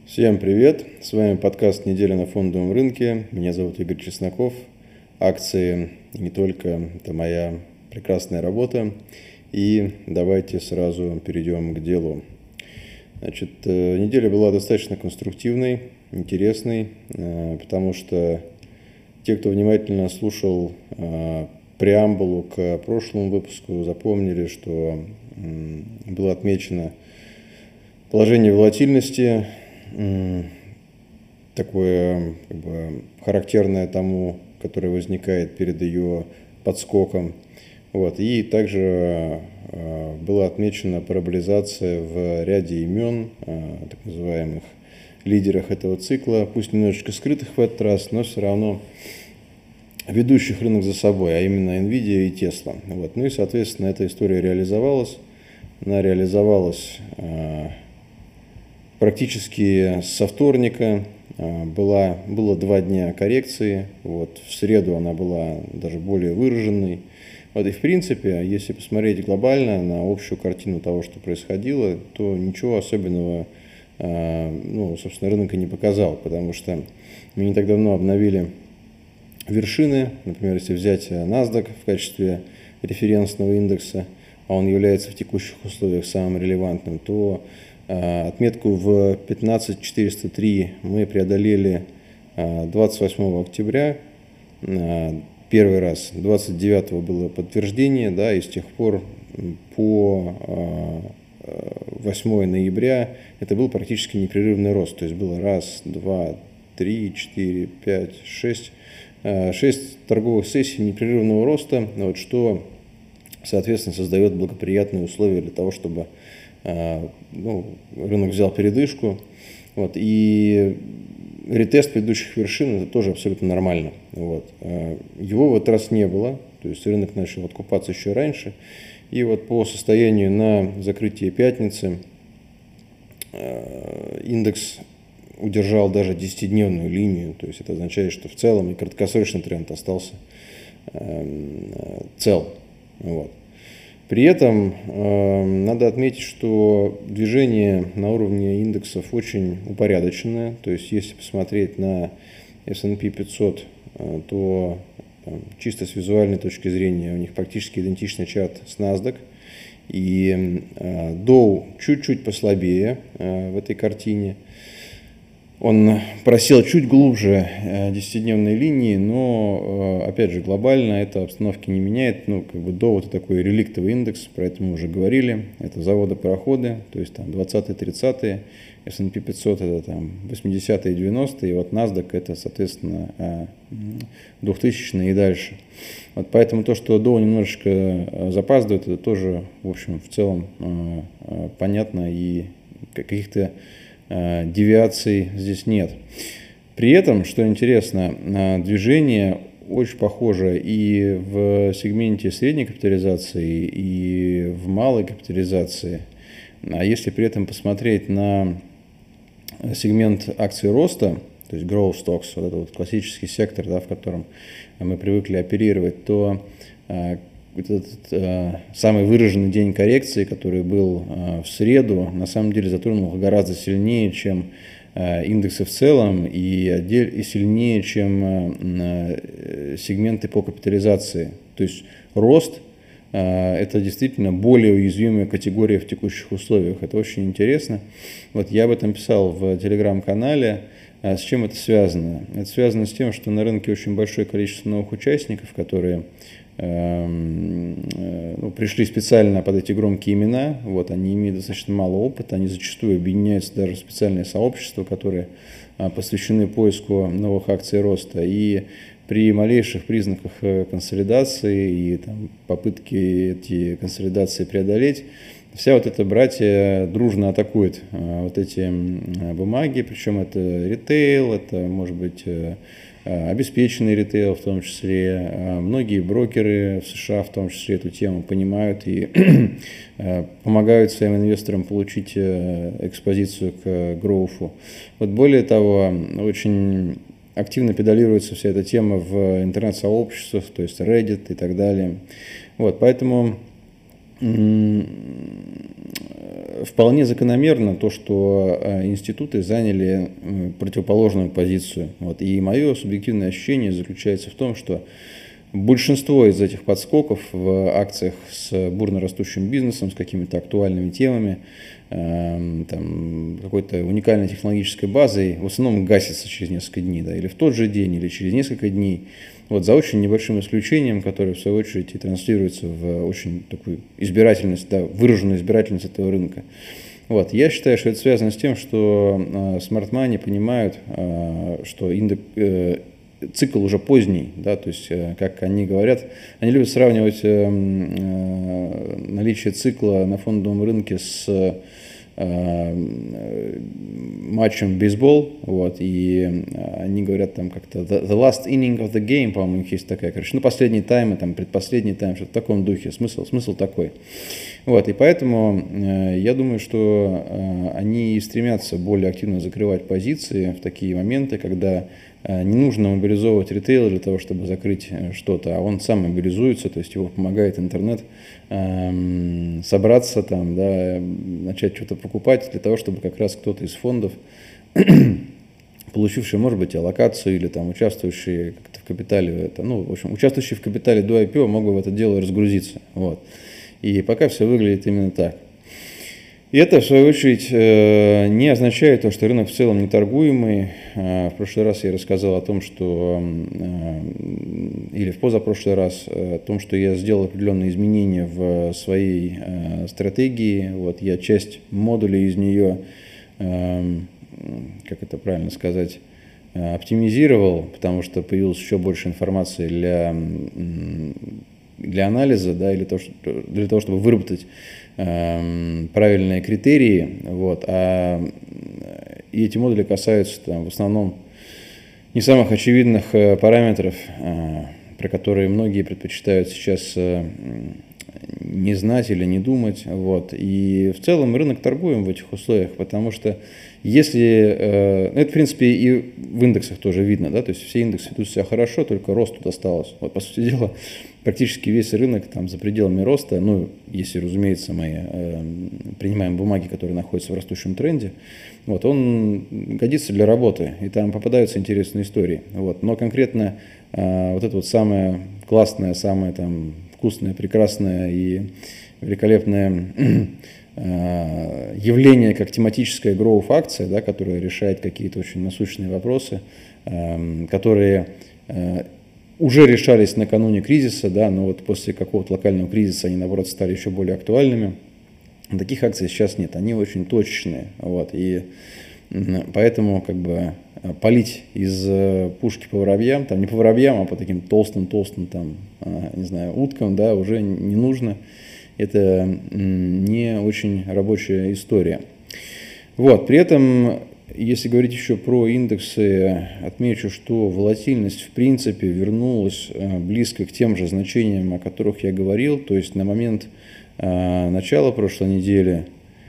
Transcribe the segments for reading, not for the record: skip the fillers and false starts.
Всем привет! С вами подкаст «Неделя на фондовом рынке». Меня зовут Игорь Чесноков. Акции и не только – это моя прекрасная работа. И давайте сразу перейдем к делу. Неделя была достаточно конструктивной, интересной, потому что те, кто внимательно слушал преамбулу к прошлому выпуску, запомнили, что было отмечено положение волатильности, такое характерное тому, которое возникает перед ее подскоком. И также была отмечена параболизация в ряде имен, так называемых лидерах этого цикла, пусть немножечко скрытых в этот раз, но все равно ведущих рынок за собой, а именно Nvidia и Tesla. Ну и, соответственно, эта история реализовалась. Она реализовалась практически со вторника. Было 2 дня коррекции. В среду она была даже более выраженной. И в принципе, если посмотреть глобально на общую картину того, что происходило, то ничего особенного, собственно, рынок и не показал, потому что мы не так давно обновили вершины. Например, если взять NASDAQ в качестве референсного индекса, а он является в текущих условиях самым релевантным, то отметку в 15403 мы преодолели 28 октября, первый раз, 29 было подтверждение, и с тех пор по 8 ноября это был практически непрерывный рост, то есть было 1, 2, 3, 4, 5, 6 торговых сессий непрерывного роста, что, соответственно, создает благоприятные условия для того, чтобы рынок взял передышку, и ретест предыдущих вершин – это тоже абсолютно нормально. Его в этот раз не было, то есть рынок начал откупаться еще раньше, и по состоянию на закрытие пятницы индекс удержал даже 10-дневную линию, то есть это означает, что в целом и краткосрочный тренд остался цел. При этом надо отметить, что движение на уровне индексов очень упорядоченное. То есть если посмотреть на S&P 500, то чисто с визуальной точки зрения у них практически идентичный чарт с NASDAQ. И Dow чуть-чуть послабее в этой картине. Он просел чуть глубже 10-дневной линии, но, опять же, глобально это обстановки не меняет. Dow это такой реликтовый индекс, про это мы уже говорили. Это заводы-пароходы, то есть там 20-е, 30-е, S&P 500 это 80-е, 90-е, и NASDAQ это, соответственно, 2000-е и дальше. Поэтому то, что Dow немножечко запаздывает, это тоже, в общем, в целом понятно, и каких-то девиаций здесь нет. При этом, что интересно, движение очень похоже и в сегменте средней капитализации, и в малой капитализации. А если при этом посмотреть на сегмент акций роста, то есть growth stocks, это классический сектор, в котором мы привыкли оперировать, то этот самый выраженный день коррекции, который был в среду, на самом деле затронул гораздо сильнее, чем индексы в целом, и сильнее, чем сегменты по капитализации. То есть рост – это действительно более уязвимая категория в текущих условиях. Это очень интересно. Я об этом писал в телеграм-канале. С чем это связано? Это связано с тем, что на рынке очень большое количество новых участников, которые пришли специально под эти громкие имена. Они имеют достаточно мало опыта, они зачастую объединяются даже в специальные сообщества, которые посвящены поиску новых акций роста. И при малейших признаках консолидации и попытки эти консолидации преодолеть, вся эта братья дружно атакует эти бумаги, причем это ритейл, это может быть обеспеченный ритейл в том числе. Многие брокеры в США в том числе эту тему понимают и помогают своим инвесторам получить экспозицию к гроуфу. Более того, очень активно педалируется вся эта тема в интернет-сообществах, то есть Reddit и так далее. Поэтому вполне закономерно то, что институты заняли противоположную позицию. Вот. И мое субъективное ощущение заключается в том, что большинство из этих подскоков в акциях с бурно растущим бизнесом, с какими-то актуальными темами, там, какой-то уникальной технологической базой, в основном гасится через несколько дней, да, или в тот же день, или через несколько дней. Вот, за очень небольшим исключением, которое в свою очередь и транслируется в очень такую избирательность, да, выраженную избирательность этого рынка. Вот, я считаю, что это связано с тем, что Smart Money понимают, что цикл уже поздний, да, то есть, как они говорят, они любят сравнивать наличие цикла на фондовом рынке с матчем в бейсбол, вот, и они говорят там как-то the last inning of the game, по-моему, у них есть такая, короче, ну, последний тайм, там, предпоследний тайм, что-то в таком духе, смысл такой. Вот, и поэтому я думаю, что они стремятся более активно закрывать позиции в такие моменты, когда не нужно мобилизовывать ритейл для того, чтобы закрыть что-то, а он сам мобилизуется, то есть его помогает интернет собраться, там, да, начать что-то покупать для того, чтобы как раз кто-то из фондов, получивший, может быть, аллокацию или там участвующий как-то в капитале, ну, в общем, участвующий в капитале до IPO, мог бы в это дело разгрузиться. Вот. И пока все выглядит именно так. И это, в свою очередь, не означает то, что рынок в целом не торгуемый. В прошлый раз я рассказал о том, что, или в позапрошлый раз, о том, что я сделал определенные изменения в своей стратегии. Вот, я часть модулей из нее, как это правильно сказать, оптимизировал, потому что появилось еще больше информации для анализа, да, или для того, чтобы выработать правильные критерии, вот, и эти модули касаются там, в основном не самых очевидных параметров, про которые многие предпочитают сейчас не знать или не думать. Вот. И в целом рынок торгуем в этих условиях, потому что если, это в принципе и в индексах тоже видно, да, то есть все индексы ведут себя хорошо, только рост тут осталось. Вот, по сути дела, практически весь рынок там за пределами роста, ну, если, разумеется, мы принимаем бумаги, которые находятся в растущем тренде, вот, он годится для работы, и там попадаются интересные истории. Вот. Но конкретно вот это вот самое классное, самое там вкусное, прекрасное и великолепное явление, как тематическая growth-акция, да, которая решает какие-то очень насущные вопросы, которые уже решались накануне кризиса, да, но вот после какого-то локального кризиса они, наоборот, стали еще более актуальными. Таких акций сейчас нет, они очень точечные. Вот, и поэтому как бы палить из пушки по воробьям, там не по воробьям, а по таким толстым там, не знаю, уткам, да, уже не нужно. Это не очень рабочая история. Вот, при этом, если говорить еще про индексы, отмечу, что волатильность в принципе вернулась близко к тем же значениям, о которых я говорил, то есть на момент начала прошлой недели,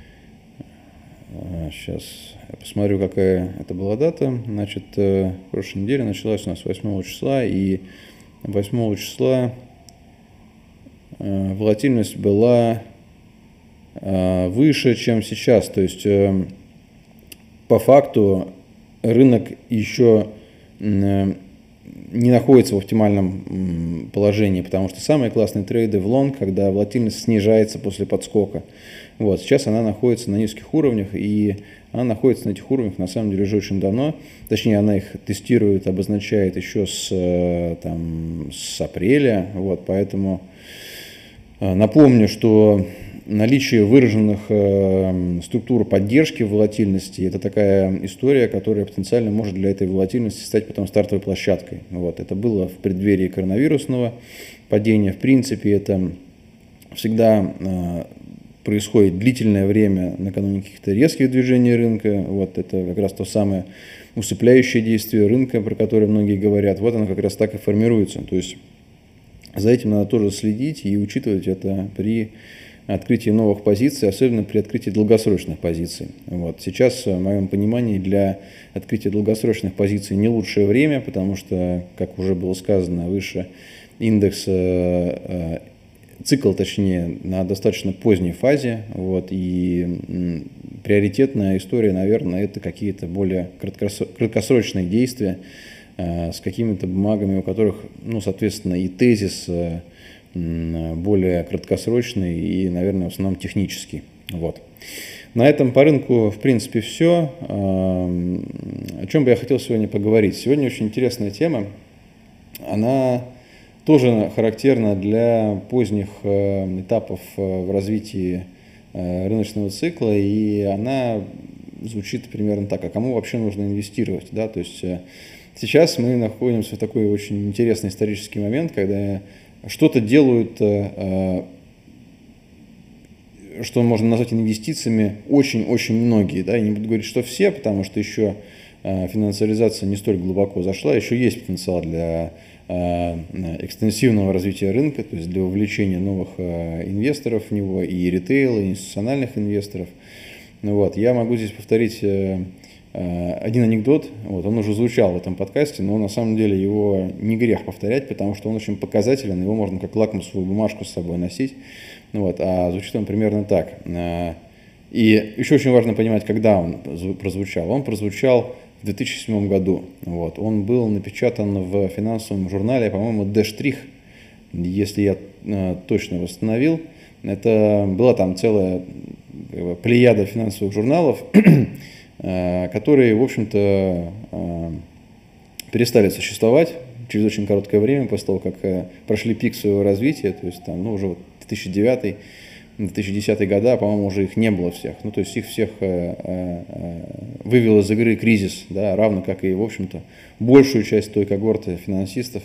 сейчас я посмотрю, какая это была дата, значит, прошлой неделе началась у нас 8 числа, и 8 числа волатильность была выше, чем сейчас. То есть по факту рынок еще не находится в оптимальном положении, потому что самые классные трейды в лонг, когда волатильность снижается после подскока. Вот, сейчас она находится на низких уровнях, и она находится на этих уровнях на самом деле уже очень давно. Точнее, она их тестирует, обозначает еще с апреля. Вот, поэтому напомню, что наличие выраженных структур поддержки волатильности – это такая история, которая потенциально может для этой волатильности стать потом стартовой площадкой. Вот. Это было в преддверии коронавирусного падения. В принципе, это всегда происходит длительное время накануне каких-то резких движений рынка. Вот. Это как раз то самое усыпляющее действие рынка, про которое многие говорят. Вот оно как раз так и формируется. То есть за этим надо тоже следить и учитывать это при открытии новых позиций, особенно при открытии долгосрочных позиций. Вот. Сейчас, в моем понимании, для открытия долгосрочных позиций не лучшее время, потому что, как уже было сказано выше, индекс цикл, точнее, на достаточно поздней фазе, вот, и приоритетная история, наверное, это какие-то более краткосрочные действия с какими-то бумагами, у которых, ну, соответственно, и тезис более краткосрочный и, наверное, в основном технический. Вот. На этом по рынку, в принципе, все. О чем бы я хотел сегодня поговорить? Сегодня очень интересная тема. Она тоже характерна для поздних этапов в развитии рыночного цикла, и она звучит примерно так: а кому вообще нужно инвестировать? Да? То есть сейчас мы находимся в такой очень интересный исторический момент, когда что-то делают, что можно назвать инвестициями, очень-очень многие. Да? Я не буду говорить, что все, потому что еще финансализация не столь глубоко зашла, еще есть потенциал для экстенсивного развития рынка, то есть для увлечения новых инвесторов в него, и ритейла, и институциональных инвесторов. Вот. Я могу здесь повторить один анекдот, вот, он уже звучал в этом подкасте, но на самом деле его не грех повторять, потому что он очень показателен, его можно как лакмусовую бумажку с собой носить. Вот, а звучит он примерно так. И еще очень важно понимать, когда он прозвучал. Он прозвучал в 2007 году. Вот. Он был напечатан в финансовом журнале, по-моему, D-, если я точно восстановил. Это была там целая плеяда финансовых журналов, которые, в общем-то, перестали существовать через очень короткое время, после того, как прошли пик своего развития, то есть там, ну, уже 2009-2010 года, по-моему, уже их не было всех. Ну, то есть их всех вывел из игры кризис, да, равно как и, в общем-то, большую часть той когорты финансистов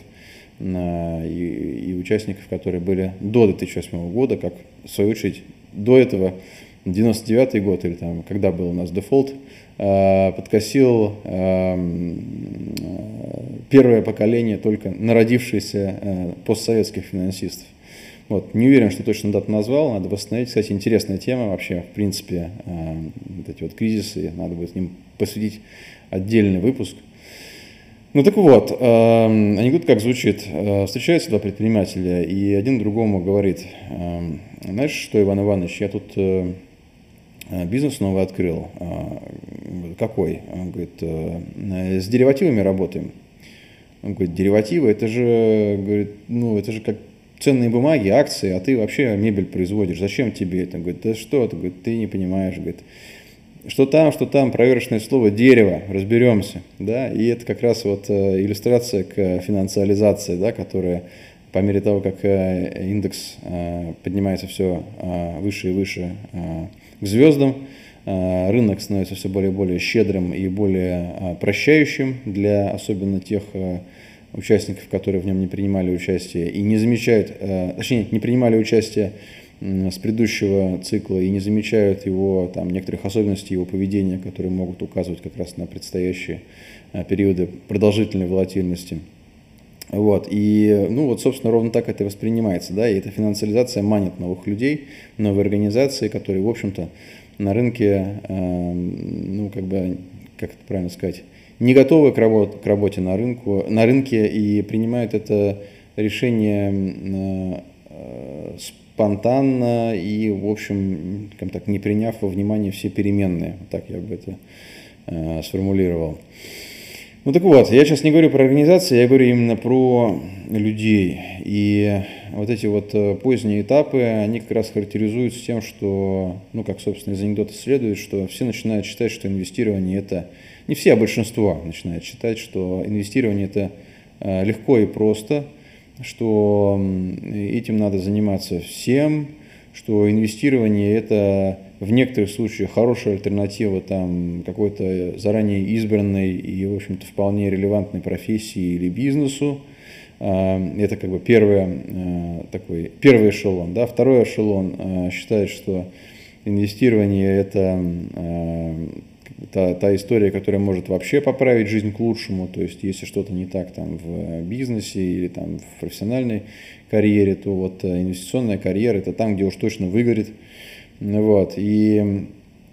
и участников, которые были до 2008 года, как, в свою очередь, до этого 99-й год, или там, когда был у нас дефолт, подкосил первое поколение только народившихся постсоветских финансистов. Вот. Не уверен, что точно дату назвал, надо восстановить. Кстати, интересная тема вообще, в принципе, вот эти вот кризисы, надо будет им посвятить отдельный выпуск. Ну так вот, анекдот как звучит. Встречаются два предпринимателя, и один другому говорит: знаешь что, Иван Иванович, я тут бизнес новый открыл. Какой? Он говорит: с деривативами работаем. Он говорит: деривативы, это же, говорит, ну, это же как ценные бумаги, акции, а ты вообще мебель производишь. Зачем тебе это? Он говорит: да что ты, говорит, ты не понимаешь. Говорит, что там, проверочное слово дерево, разберемся. Да? И это как раз вот иллюстрация к финансализации, да, которая по мере того, как индекс поднимается все выше и выше к звездам, рынок становится все более и более щедрым и более прощающим для особенно тех участников, которые в нем не принимали участие и не замечают, точнее, не принимали участие с предыдущего цикла и не замечают его, там, некоторых особенностей его поведения, которые могут указывать как раз на предстоящие периоды продолжительной волатильности. Вот. И, ну, вот, собственно, ровно так это воспринимается, да, и эта финансализация манит новых людей, новые организации, которые, в общем-то, на рынке, ну, как бы, как это правильно сказать, не готовы к работе на рынке и принимают это решение спонтанно и, в общем, как так, не приняв во внимание все переменные. Так я бы это сформулировал. Ну так вот, я сейчас не говорю про организации, я говорю именно про людей. И вот эти вот поздние этапы, они как раз характеризуются тем, что, ну как, собственно, из анекдота следует, что все начинают считать, что инвестирование это, не все, а большинство начинают считать, что инвестирование это легко и просто, что этим надо заниматься всем, что инвестирование это в некоторых случаях хорошая альтернатива там какой-то заранее избранной и, в общем-то, вполне релевантной профессии или бизнесу. Это как бы первый эшелон. Да? Второй эшелон считает, что инвестирование это та история, которая может вообще поправить жизнь к лучшему. То есть, если что-то не так там в бизнесе или там в профессиональной карьере, то вот инвестиционная карьера это там, где уж точно выгорит. Вот. И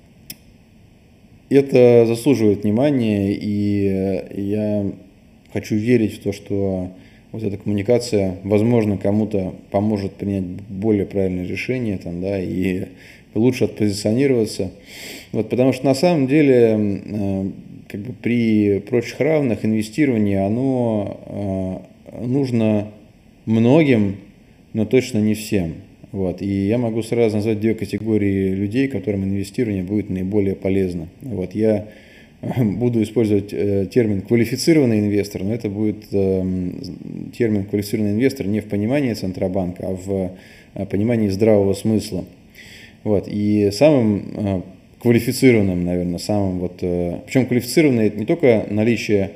это заслуживает внимания, и я хочу верить в то, что вот эта коммуникация, возможно, кому-то поможет принять более правильное решение там, да, и лучше отпозиционироваться. Вот, потому что на самом деле как бы при прочих равных инвестирование, оно нужно многим, но точно не всем. Вот. И я могу сразу назвать две категории людей, которым инвестирование будет наиболее полезно. Вот. Я буду использовать термин «квалифицированный инвестор», но это будет термин «квалифицированный инвестор» не в понимании Центробанка, а в понимании здравого смысла. Вот. И самым квалифицированным, наверное, причем квалифицированный – это не только наличие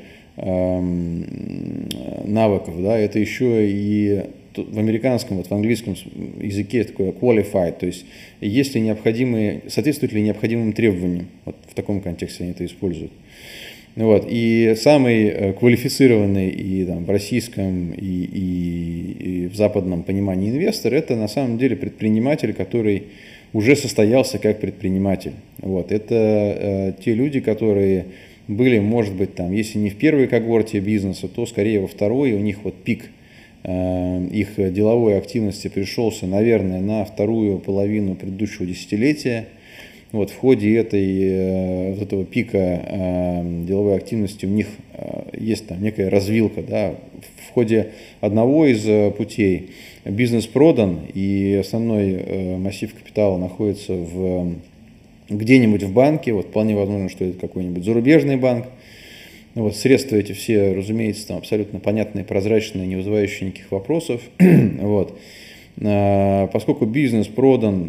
навыков, да, это еще и в американском, в английском языке такое qualified, то есть есть ли соответствует ли необходимым требованиям, вот в таком контексте они это используют. Вот. И самый квалифицированный и в российском, и в западном понимании инвестор – это на самом деле предприниматель, который уже состоялся как предприниматель. Вот. Это те люди, которые были, может быть, если не в первой когорте бизнеса, то скорее во второй, и у них пик их деловой активности пришелся, наверное, на вторую половину предыдущего десятилетия. Вот, в ходе этого пика деловой активности у них есть некая развилка. Да. В ходе одного из путей бизнес продан, и основной массив капитала находится где-нибудь в банке. Вот, вполне возможно, что это какой-нибудь зарубежный банк. Вот, средства эти все, разумеется, абсолютно понятные, прозрачные, не вызывающие никаких вопросов. Вот. Поскольку бизнес продан,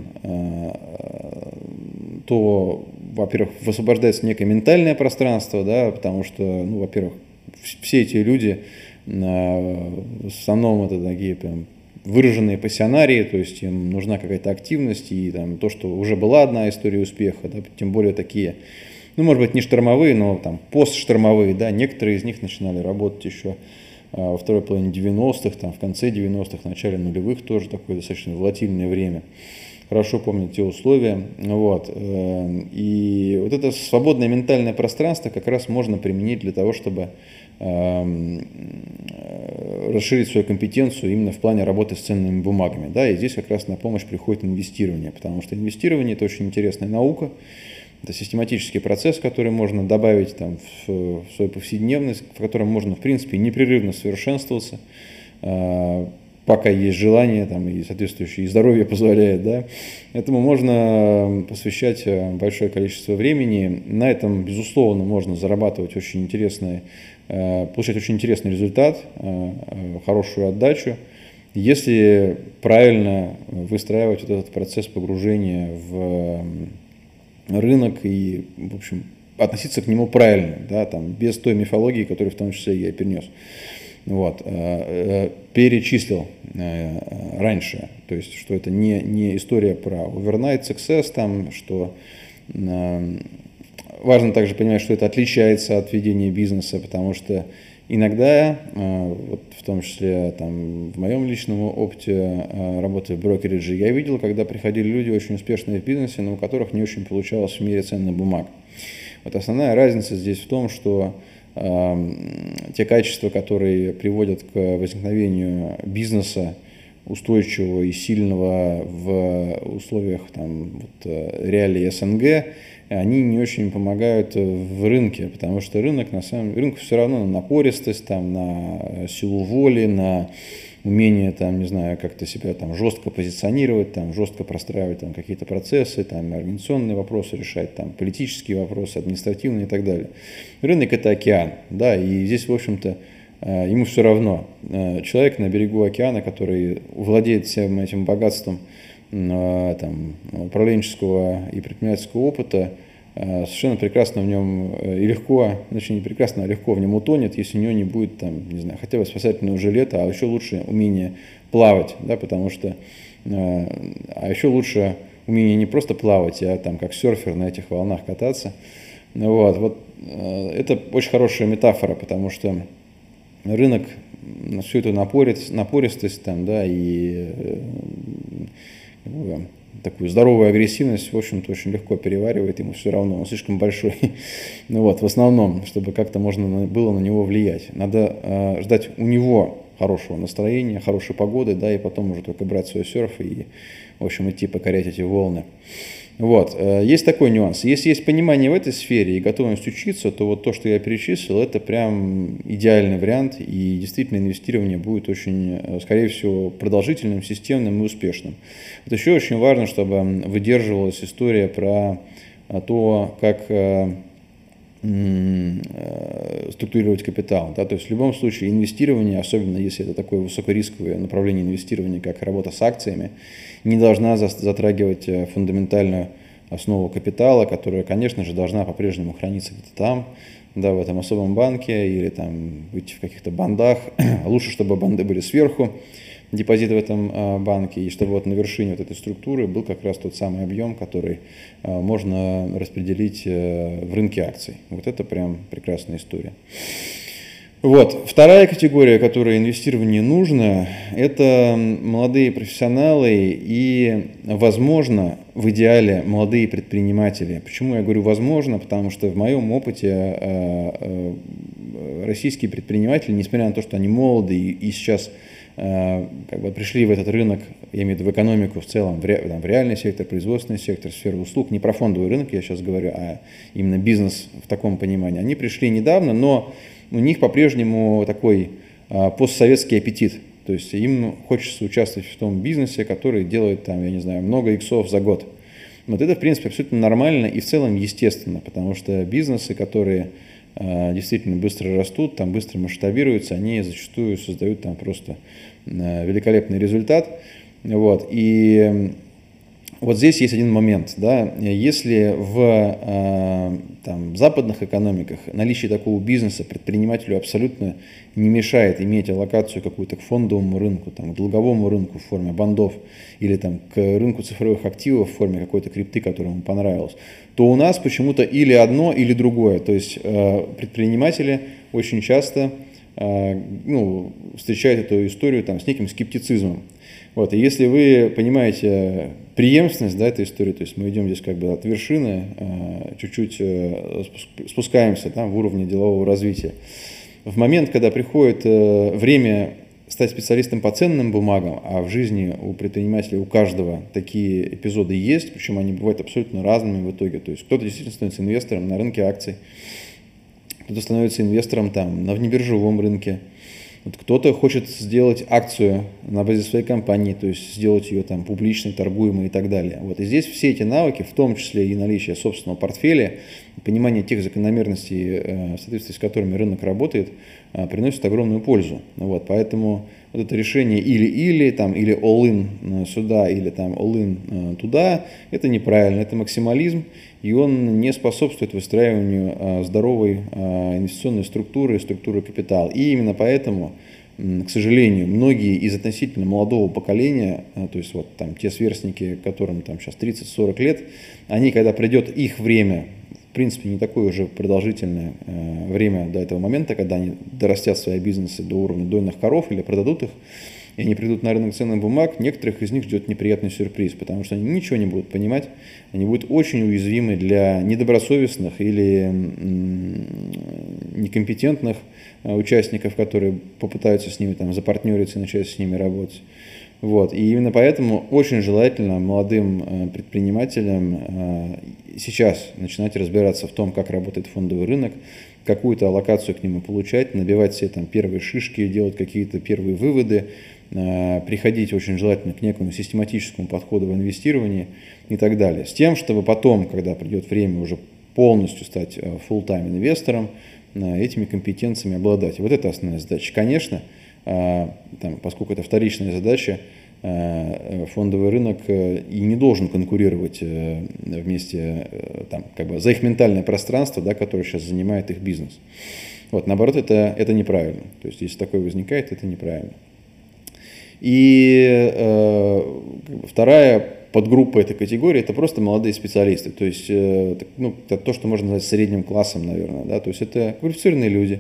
то, во-первых, высвобождается некое ментальное пространство, да, потому что, во-первых, все эти люди, в основном это такие прям выраженные пассионарии, то есть им нужна какая-то активность, и то, что уже была одна история успеха, да, тем более такие, может быть, не штормовые, но постштормовые, да, некоторые из них начинали работать еще во второй половине 90-х, в конце 90-х, в начале нулевых, тоже такое достаточно волатильное время. Хорошо помню те условия. Вот. И вот это свободное ментальное пространство как раз можно применить для того, чтобы расширить свою компетенцию именно в плане работы с ценными бумагами. Да, и здесь как раз на помощь приходит инвестирование, потому что инвестирование – это очень интересная наука. Это систематический процесс, который можно добавить в свою повседневность, в котором можно, в принципе, непрерывно совершенствоваться, пока есть желание и соответствующее и здоровье позволяет. Да. Этому можно посвящать большое количество времени. На этом, безусловно, можно зарабатывать очень интересный, получать очень интересный результат, хорошую отдачу, если правильно выстраивать этот процесс погружения в рынок и, в общем, относиться к нему правильно, да, без той мифологии, которую в том числе я перенес. Вот, перечислил раньше, то есть, что это не история про overnight success, что важно также понимать, что это отличается от ведения бизнеса, потому что иногда, в том числе в моем личном опыте работы в брокеридже, я видел, когда приходили люди очень успешные в бизнесе, но у которых не очень получалось в мире ценных бумаг. Вот основная разница здесь в том, что те качества, которые приводят к возникновению бизнеса устойчивого и сильного в условиях реалий СНГ, они не очень помогают в рынке, потому что рынку все равно на напористость, на силу воли, на умение как-то себя жестко позиционировать, жестко простраивать какие-то процессы, организационные вопросы решать, политические вопросы, административные и так далее. Рынок – это океан, да, и здесь, в общем-то, ему все равно. Человек на берегу океана, который владеет всем этим богатством управленческого и предпринимательского опыта, совершенно прекрасно в нем и легко, не прекрасно, а легко в нем утонет, если у него не будет хотя бы спасательного жилета, а еще лучше умение плавать, да, потому что, а еще лучше умение не просто плавать, а как серфер на этих волнах кататься. Вот это очень хорошая метафора, потому что рынок на всю эту напористость и такую здоровую агрессивность, в общем-то, очень легко переваривает, ему все равно, он слишком большой, в основном, чтобы как-то можно было на него влиять. Надо ждать у него хорошего настроения, хорошей погоды, да, и потом уже только брать свой серф и, в общем, идти покорять эти волны. Вот. Есть такой нюанс. Если есть понимание в этой сфере и готовность учиться, то вот то, что я перечислил, это прям идеальный вариант, и действительно инвестирование будет очень, скорее всего, продолжительным, системным и успешным. Вот еще очень важно, чтобы выдерживалась история про то, как структурировать капитал. Да? То есть в любом случае инвестирование, особенно если это такое высокорисковое направление инвестирования, как работа с акциями, не должна затрагивать фундаментальную основу капитала, которая, конечно же, должна по-прежнему храниться где-то там, да, в этом особом банке или там быть в каких-то бандах. Лучше, чтобы банды были сверху, депозиты в этом банке, и чтобы вот на вершине вот этой структуры был как раз тот самый объем, который можно распределить в рынке акций. Вот это прям прекрасная история. Вот. Вторая категория, которой инвестирование нужно, это молодые профессионалы и, возможно, в идеале молодые предприниматели. Почему я говорю «возможно»? Потому что в моем опыте российские предприниматели, несмотря на то, что они молодые и сейчас как бы пришли в этот рынок, я имею в виду в экономику в целом, в реальный сектор, производственный сектор, сферу услуг, не про фондовый рынок я сейчас говорю, а именно бизнес в таком понимании. Они пришли недавно, но у них по-прежнему такой постсоветский аппетит. То есть им хочется участвовать в том бизнесе, который делает там, я не знаю, много иксов за год. Вот это, в принципе, абсолютно нормально и в целом естественно, потому что бизнесы, которые действительно быстро растут, там быстро масштабируются, они зачастую создают там просто великолепный результат. Вот. И вот здесь есть один момент, да, если в западных экономиках наличие такого бизнеса предпринимателю абсолютно не мешает иметь аллокацию какую-то к фондовому рынку, там, к долговому рынку в форме бандов или там, к рынку цифровых активов в форме какой-то крипты, которая ему понравилась, то у нас почему-то или одно, или другое. То есть предприниматели очень часто встречают эту историю там, с неким скептицизмом. Вот, и если вы понимаете преемственность, да, этой истории, то есть мы идем здесь как бы от вершины, чуть-чуть спускаемся там, в уровне делового развития. В момент, когда приходит время стать специалистом по ценным бумагам, а в жизни у предпринимателя, у каждого такие эпизоды есть, причем они бывают абсолютно разными в итоге. То есть кто-то действительно становится инвестором на рынке акций, кто-то становится инвестором там, на внебиржевом рынке. Вот кто-то хочет сделать акцию на базе своей компании, то есть сделать ее там публичной, торгуемой и так далее. Вот. И здесь все эти навыки, в том числе и наличие собственного портфеля, понимание тех закономерностей, в соответствии с которыми рынок работает, приносит огромную пользу. Вот. Поэтому вот это решение или all-in сюда, или там all-in туда, это неправильно, это максимализм, и он не способствует выстраиванию здоровой инвестиционной структуры капитала. И именно поэтому, к сожалению, многие из относительно молодого поколения, то есть вот там те сверстники, которым там сейчас 30-40 лет, они, когда придет их время, в принципе, не такое уже продолжительное время до этого момента, когда они дорастят свои бизнесы до уровня дойных коров или продадут их, и они придут на рынок ценных бумаг, некоторых из них ждет неприятный сюрприз, потому что они ничего не будут понимать, они будут очень уязвимы для недобросовестных или некомпетентных участников, которые попытаются с ними там запартнериться и начать с ними работать. Вот. И именно поэтому очень желательно молодым предпринимателям сейчас начинать разбираться в том, как работает фондовый рынок, какую-то аллокацию к нему получать, набивать все там первые шишки, делать какие-то первые выводы, приходить очень желательно к некому систематическому подходу в инвестировании и так далее. С тем, чтобы потом, когда придет время уже полностью стать full-time инвестором, этими компетенциями обладать. И вот это основная задача. Конечно, поскольку это вторичная задача, фондовый рынок и не должен конкурировать вместе за их ментальное пространство, да, которое сейчас занимает их бизнес. Вот, наоборот, это неправильно. То есть, если такое возникает, это неправильно. И вторая подгруппа этой категории – это просто молодые специалисты. То есть, это то, что можно назвать средним классом, наверное. Да? То есть, это квалифицированные люди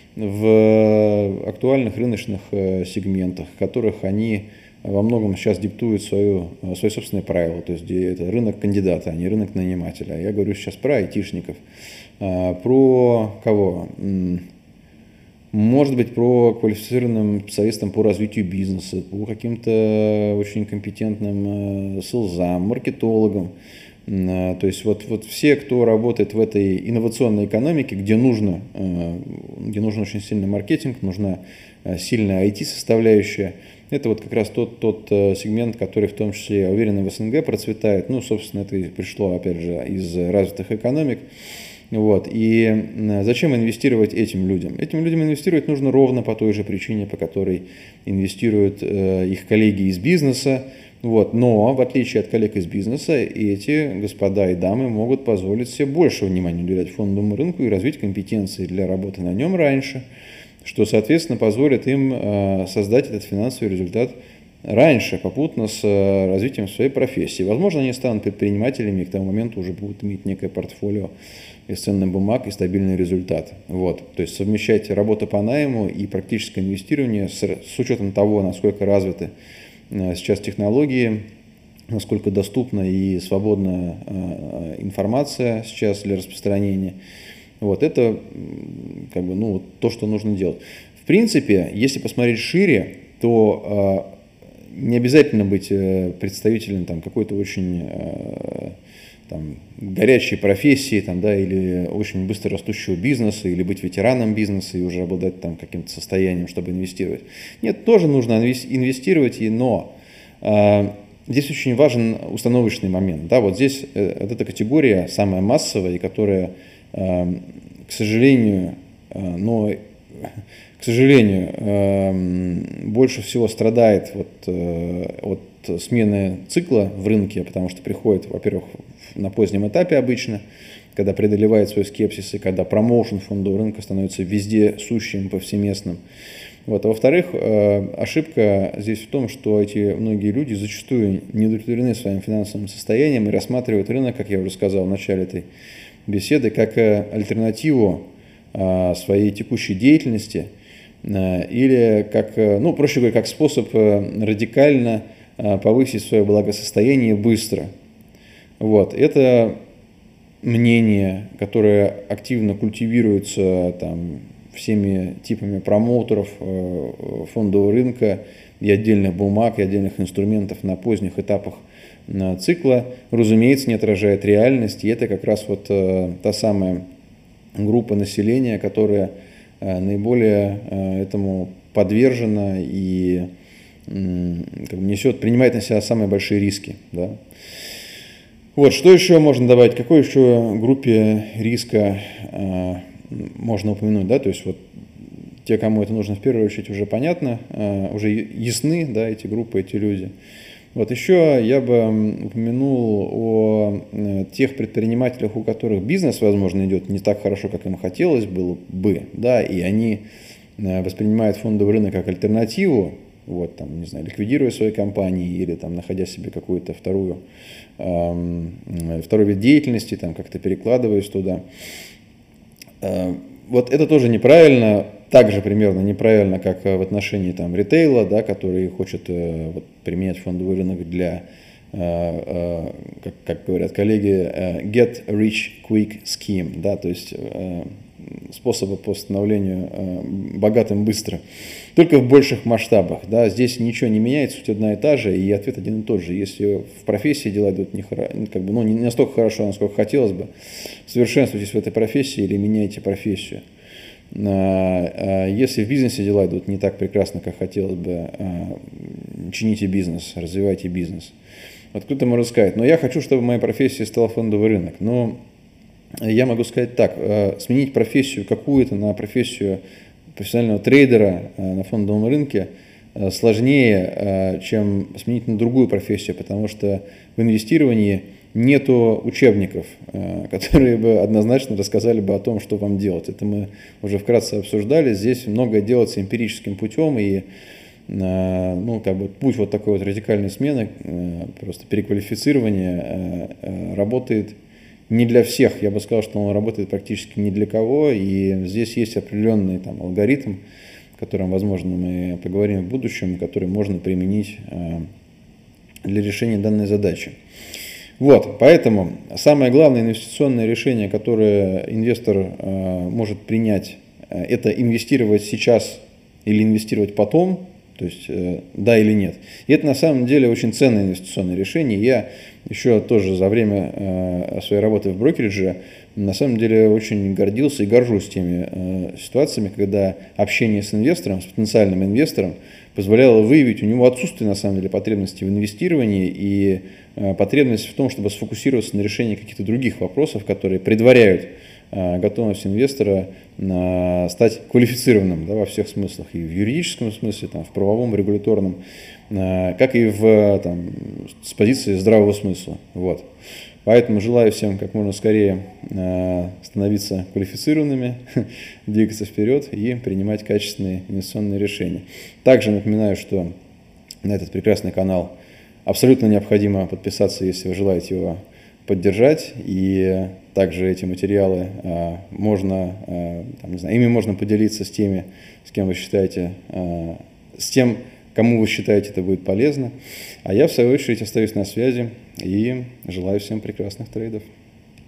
в актуальных рыночных сегментах, в которых они во многом сейчас диктуют свои собственные правила. То есть, где это рынок кандидата, а не рынок нанимателя. Я говорю сейчас про айтишников. Про кого? может быть, про квалифицированным специалистам по развитию бизнеса, по каким-то очень компетентным селзам, маркетологам. То есть вот все, кто работает в этой инновационной экономике, где нужен очень сильный маркетинг, нужна сильная IT-составляющая, это вот как раз тот сегмент, который в том числе, я уверен, в СНГ процветает. Ну, собственно, это и пришло, опять же, из развитых экономик. Вот. И зачем инвестировать этим людям? Этим людям инвестировать нужно ровно по той же причине, по которой инвестируют их коллеги из бизнеса. Вот. Но, в отличие от коллег из бизнеса, эти господа и дамы могут позволить себе больше внимания уделять фондовому рынку и развить компетенции для работы на нем раньше, что, соответственно, позволит им создать этот финансовый результат раньше, попутно с развитием своей профессии. Возможно, они станут предпринимателями и к тому моменту уже будут иметь некое портфолио из ценных бумаг и стабильный результат. Вот. То есть совмещать работу по найму и практическое инвестирование с учетом того, насколько развиты сейчас технологии, насколько доступна и свободна информация сейчас для распространения. Вот это как бы, то, что нужно делать. В принципе, если посмотреть шире, то не обязательно быть представителем какой-то очень горячей профессии или очень быстро растущего бизнеса, или быть ветераном бизнеса и уже обладать каким-то состоянием, чтобы инвестировать. Нет, тоже нужно инвестировать, но здесь очень важен установочный момент. Да, вот здесь вот эта категория самая массовая, и которая, к сожалению, больше всего страдает от смены цикла в рынке, потому что приходит, во-первых, на позднем этапе обычно, когда преодолевает свой скепсис, и когда промоушен фондового рынка становится везде сущим, повсеместным. Вот. А во-вторых, ошибка здесь в том, что эти многие люди зачастую не удовлетворены своим финансовым состоянием и рассматривают рынок, как я уже сказал в начале этой беседы, как альтернативу своей текущей деятельности или как, проще говоря, как способ радикально повысить свое благосостояние быстро. Вот. Это мнение, которое активно культивируется всеми типами промоутеров фондового рынка и отдельных бумаг, и отдельных инструментов на поздних этапах цикла, разумеется, не отражает реальность. И это как раз та самая группа населения, которая наиболее этому подвержена и принимает на себя самые большие риски. Да? Вот, что еще можно добавить? Какой еще группе риска можно упомянуть? Да? То есть те, кому это нужно в первую очередь, уже понятно, уже ясны, да, эти группы, эти люди. Вот еще я бы упомянул о тех предпринимателях, у которых бизнес, возможно, идет не так хорошо, как им хотелось бы, да, и они воспринимают фондовый рынок как альтернативу, ликвидируя свои компании или находя себе какую-то второй вид деятельности, как-то перекладываясь туда. Вот это тоже неправильно, также примерно неправильно, как в отношении ритейла, да, который хочет применять фондовый рынок для, как говорят коллеги, get rich quick scheme, да, то есть способа по становлению богатым быстро, только в больших масштабах. Да, здесь ничего не меняется, суть одна и та же, и ответ один и тот же. Если в профессии дела идут не настолько хорошо, насколько хотелось бы, совершенствуйтесь в этой профессии или меняйте профессию. Если в бизнесе дела идут не так прекрасно, как хотелось бы, чините бизнес, развивайте бизнес. Вот кто-то может сказать, но я хочу, чтобы моей профессией стал фондовый рынок. Но я могу сказать так, сменить профессию какую-то на профессию профессионального трейдера на фондовом рынке сложнее, чем сменить на другую профессию, потому что в инвестировании нету учебников, которые бы однозначно рассказали бы о том, что вам делать. Это мы уже вкратце обсуждали. Здесь многое делается эмпирическим путем, и путь такой радикальной смены, просто переквалифицирования работает не для всех. Я бы сказал, что он работает практически ни для кого, и здесь есть определенный алгоритм, о котором, возможно, мы поговорим в будущем, который можно применить для решения данной задачи. Вот, поэтому самое главное инвестиционное решение, которое инвестор может принять это инвестировать сейчас или инвестировать потом, то есть да или нет. И это на самом деле очень ценное инвестиционное решение. Я еще тоже за время своей работы в брокеридже на самом деле очень гордился и горжусь теми ситуациями, когда общение с инвестором, с потенциальным инвестором позволяло выявить у него отсутствие на самом деле потребности в инвестировании и потребность в том, чтобы сфокусироваться на решении каких-то других вопросов, которые предваряют готовность инвестора стать квалифицированным, да, во всех смыслах, и в юридическом смысле, там, в правовом, в регуляторном, как и с позиции здравого смысла. Вот. Поэтому желаю всем как можно скорее становиться квалифицированными, двигаться вперед и принимать качественные инвестиционные решения. Также напоминаю, что на этот прекрасный канал абсолютно необходимо подписаться, если вы желаете его поддержать, и также эти материалы ими можно поделиться с теми, с кем вы считаете, с тем, кому вы считаете это будет полезно. А я, в свою очередь, остаюсь на связи и желаю всем прекрасных трейдов.